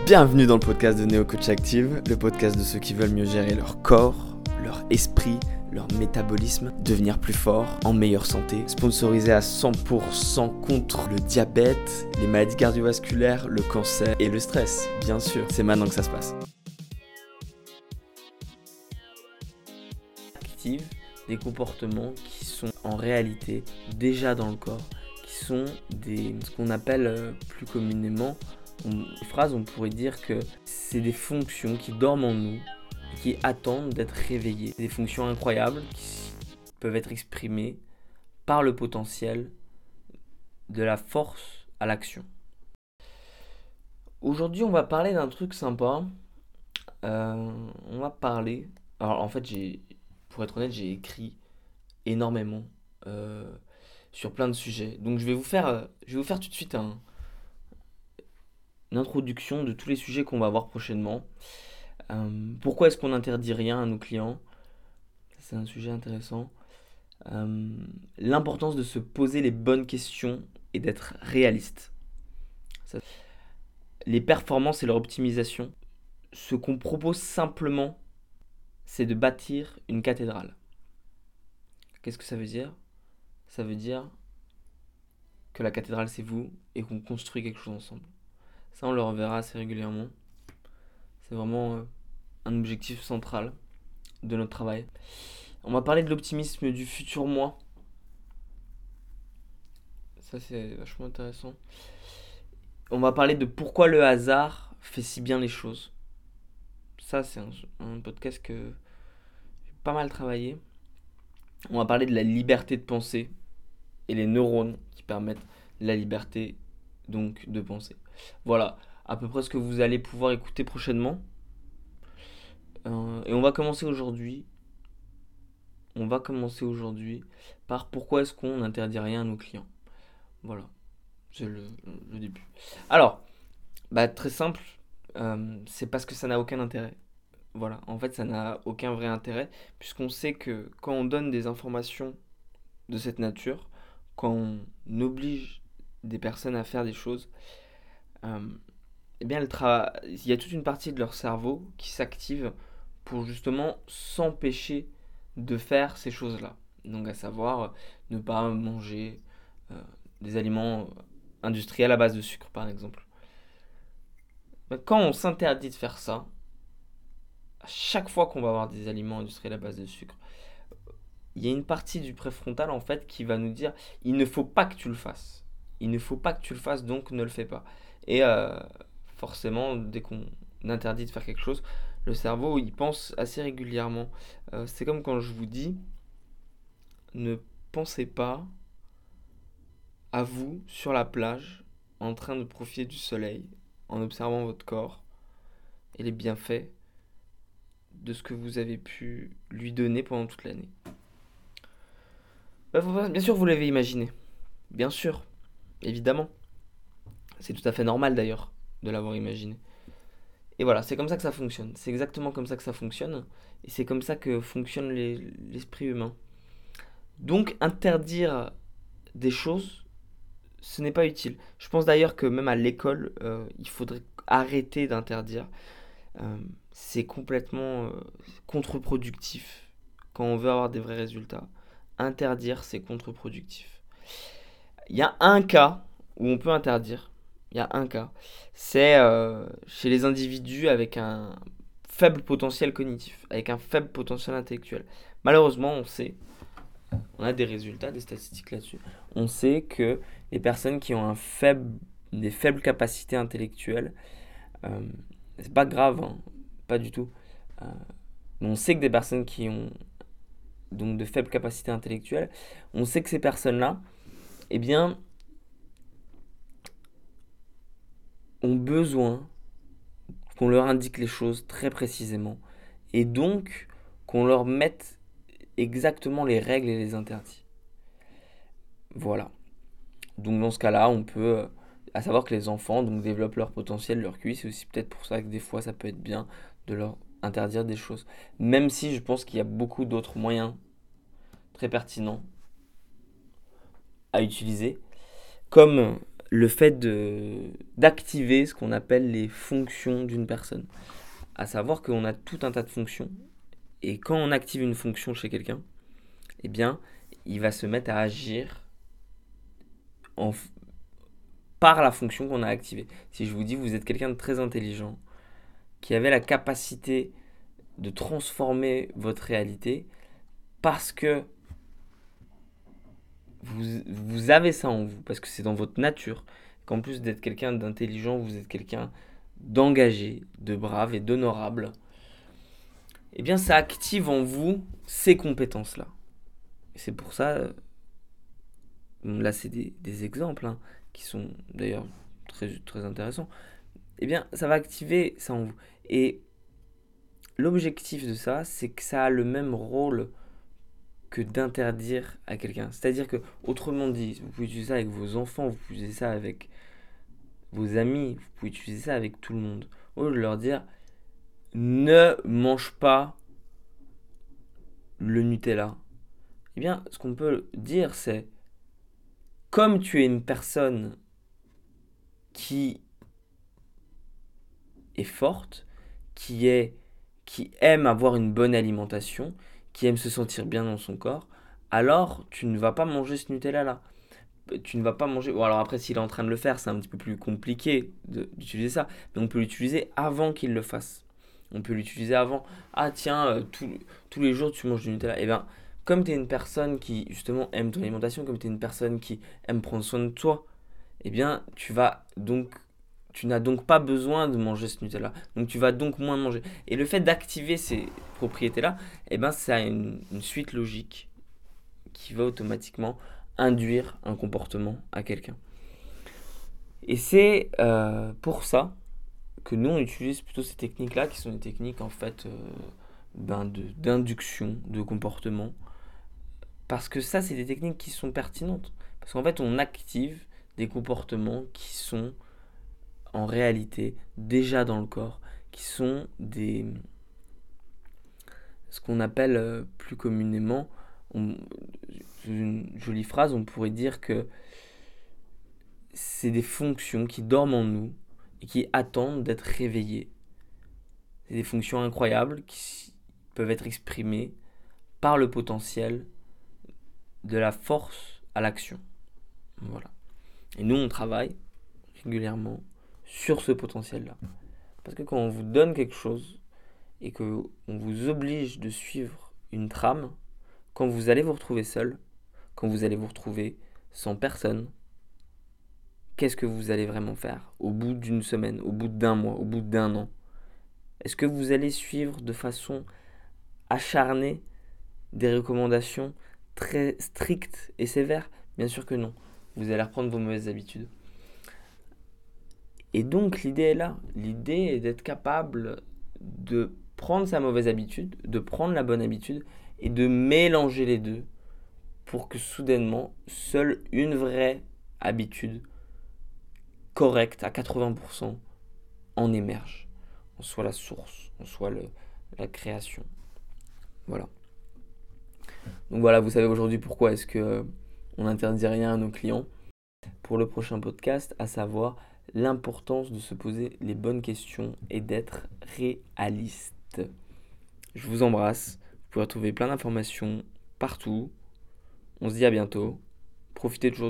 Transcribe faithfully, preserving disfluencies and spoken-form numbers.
Bienvenue dans le podcast de Neo Coach Active, le podcast de ceux qui veulent mieux gérer leur corps, leur esprit, leur métabolisme, devenir plus fort, en meilleure santé, sponsorisé à cent pour cent contre le diabète, les maladies cardiovasculaires, le cancer et le stress, bien sûr. C'est maintenant que ça se passe. Active des comportements qui sont en réalité déjà dans le corps, qui sont des, ce qu'on appelle euh, plus communément, une phrase, on pourrait dire que c'est des fonctions qui dorment en nous, qui attendent d'être réveillées. Des fonctions incroyables qui peuvent être exprimées par le potentiel de la force à l'action. Aujourd'hui, on va parler d'un truc sympa. Euh, on va parler... Alors en fait, j'ai, pour être honnête, j'ai écrit énormément euh, sur plein de sujets. Donc je vais vous faire, je vais vous faire tout de suite un... une introduction de tous les sujets qu'on va voir prochainement. Euh, pourquoi est-ce qu'on n'interdit rien à nos clients ? C'est un sujet intéressant. Euh, l'importance de se poser les bonnes questions et d'être réaliste. Ça, les performances et leur optimisation. Ce qu'on propose simplement, c'est de bâtir une cathédrale. Qu'est-ce que ça veut dire ? Ça veut dire que la cathédrale, c'est vous et qu'on construit quelque chose ensemble. Ça, on le reverra assez régulièrement. C'est vraiment euh, un objectif central de notre travail. On va parler de l'optimisme du futur moi. Ça, c'est vachement intéressant. On va parler de pourquoi le hasard fait si bien les choses. Ça, c'est un, un podcast que j'ai pas mal travaillé. On va parler de la liberté de penser et les neurones qui permettent la liberté donc de penser. Voilà, à peu près ce que vous allez pouvoir écouter prochainement. Euh, et on va commencer aujourd'hui. On va commencer aujourd'hui par pourquoi est-ce qu'on n'interdit rien à nos clients. Voilà, c'est le, le début. Alors, bah, très simple, euh, c'est parce que ça n'a aucun intérêt. Voilà, en fait, ça n'a aucun vrai intérêt, puisqu'on sait que quand on donne des informations de cette nature, quand on oblige des personnes à faire des choses, euh, eh bien, tra- il y a toute une partie de leur cerveau qui s'active pour justement s'empêcher de faire ces choses-là. Donc à savoir euh, ne pas manger euh, des aliments industriels à base de sucre par exemple. Quand on s'interdit de faire ça, à chaque fois qu'on va avoir des aliments industriels à base de sucre, il y a une partie du préfrontal en fait qui va nous dire il ne faut pas que tu le fasses. Il ne faut pas que tu le fasses, donc ne le fais pas. Et euh, forcément, dès qu'on interdit de faire quelque chose, le cerveau il pense assez régulièrement. Euh, c'est comme quand je vous dis ne pensez pas à vous sur la plage en train de profiter du soleil en observant votre corps et les bienfaits de ce que vous avez pu lui donner pendant toute l'année. Bah, bien sûr, vous l'avez imaginé. Bien sûr, évidemment. C'est tout à fait normal d'ailleurs de l'avoir imaginé. Et voilà, c'est comme ça que ça fonctionne. C'est exactement comme ça que ça fonctionne. Et c'est comme ça que fonctionne les, l'esprit humain. Donc, interdire des choses, ce n'est pas utile. Je pense d'ailleurs que même à l'école, euh, il faudrait arrêter d'interdire. Euh, c'est complètement euh, contre-productif quand on veut avoir des vrais résultats. Interdire, c'est contre-productif. Il y a un cas où on peut interdire. Il y a un cas. C'est euh, chez les individus avec un faible potentiel cognitif, avec un faible potentiel intellectuel. Malheureusement, on sait, on a des résultats, des statistiques là-dessus. On sait que les personnes qui ont un faible, des faibles capacités intellectuelles, euh, c'est pas grave, hein, pas du tout. Euh, mais on sait que des personnes qui ont donc de faibles capacités intellectuelles, on sait que ces personnes-là, eh bien, ont besoin qu'on leur indique les choses très précisément et donc qu'on leur mette exactement les règles et les interdits. Voilà. Donc dans ce cas-là, on peut, à savoir que les enfants donc développent leur potentiel, leur Q I, c'est aussi peut-être pour ça que des fois ça peut être bien de leur interdire des choses. Même si je pense qu'il y a beaucoup d'autres moyens très pertinents à utiliser, comme le fait de, d'activer ce qu'on appelle les fonctions d'une personne. À savoir qu'on a tout un tas de fonctions. Et quand on active une fonction chez quelqu'un, eh bien, il va se mettre à agir en, par la fonction qu'on a activée. Si je vous dis vous êtes quelqu'un de très intelligent, qui avait la capacité de transformer votre réalité parce que vous, vous avez ça en vous, parce que c'est dans votre nature, qu'en plus d'être quelqu'un d'intelligent, vous êtes quelqu'un d'engagé, de brave et d'honorable, eh bien ça active en vous ces compétences-là. Et c'est pour ça, euh, là c'est des, des exemples hein, qui sont d'ailleurs très, très intéressants, eh bien ça va activer ça en vous. Et l'objectif de ça, c'est que ça a le même rôle que d'interdire à quelqu'un. C'est-à-dire que, autrement dit, vous pouvez utiliser ça avec vos enfants, vous pouvez utiliser ça avec vos amis, vous pouvez utiliser ça avec tout le monde. Au lieu de leur dire, ne mange pas le Nutella. Eh bien, ce qu'on peut dire, c'est, comme tu es une personne qui est forte, qui est, qui aime avoir une bonne alimentation, qui aime se sentir bien dans son corps, alors tu ne vas pas manger ce Nutella-là. Tu ne vas pas manger. Bon, alors après, s'il est en train de le faire, c'est un petit peu plus compliqué de- d'utiliser ça. Mais on peut l'utiliser avant qu'il le fasse. On peut l'utiliser avant. Ah, tiens, euh, tous tous les jours, tu manges du Nutella. Eh bien, comme tu es une personne qui, justement, aime ton alimentation, comme tu es une personne qui aime prendre soin de toi, eh bien, tu vas donc. Tu n'as donc pas besoin de manger ce Nutella. Donc, tu vas donc moins manger. Et le fait d'activer ces propriétés-là, eh ben, ça a une, une suite logique qui va automatiquement induire un comportement à quelqu'un. Et c'est euh, pour ça que nous on utilise plutôt ces techniques-là, qui sont des techniques en fait euh, ben de, d'induction de comportement, parce que ça c'est des techniques qui sont pertinentes, parce qu'en fait on active des comportements qui sont en réalité déjà dans le corps, qui sont des ce qu'on appelle euh, plus communément, on, une jolie phrase, on pourrait dire que c'est des fonctions qui dorment en nous et qui attendent d'être réveillées. C'est des fonctions incroyables qui peuvent être exprimées par le potentiel de la force à l'action. Voilà. Et nous, on travaille régulièrement sur ce potentiel-là. Parce que quand on vous donne quelque chose et qu'on vous oblige de suivre une trame, quand vous allez vous retrouver seul, quand vous allez vous retrouver sans personne, qu'est-ce que vous allez vraiment faire au bout d'une semaine, au bout d'un mois, au bout d'un an? Est-ce que vous allez suivre de façon acharnée des recommandations très strictes et sévères? Bien sûr que non. Vous allez reprendre vos mauvaises habitudes. Et donc l'idée est là. L'idée est d'être capable de prendre sa mauvaise habitude, de prendre la bonne habitude et de mélanger les deux pour que soudainement, seule une vraie habitude correcte à quatre-vingts pour cent en émerge. En soit la source, en soit le, la création. Voilà. Donc voilà, vous savez aujourd'hui pourquoi est-ce que euh, on n'interdit rien à nos clients. Pour le prochain podcast, à savoir l'importance de se poser les bonnes questions et d'être réaliste. Je vous embrasse. Vous pouvez retrouver plein d'informations partout. On se dit à bientôt. Profitez toujours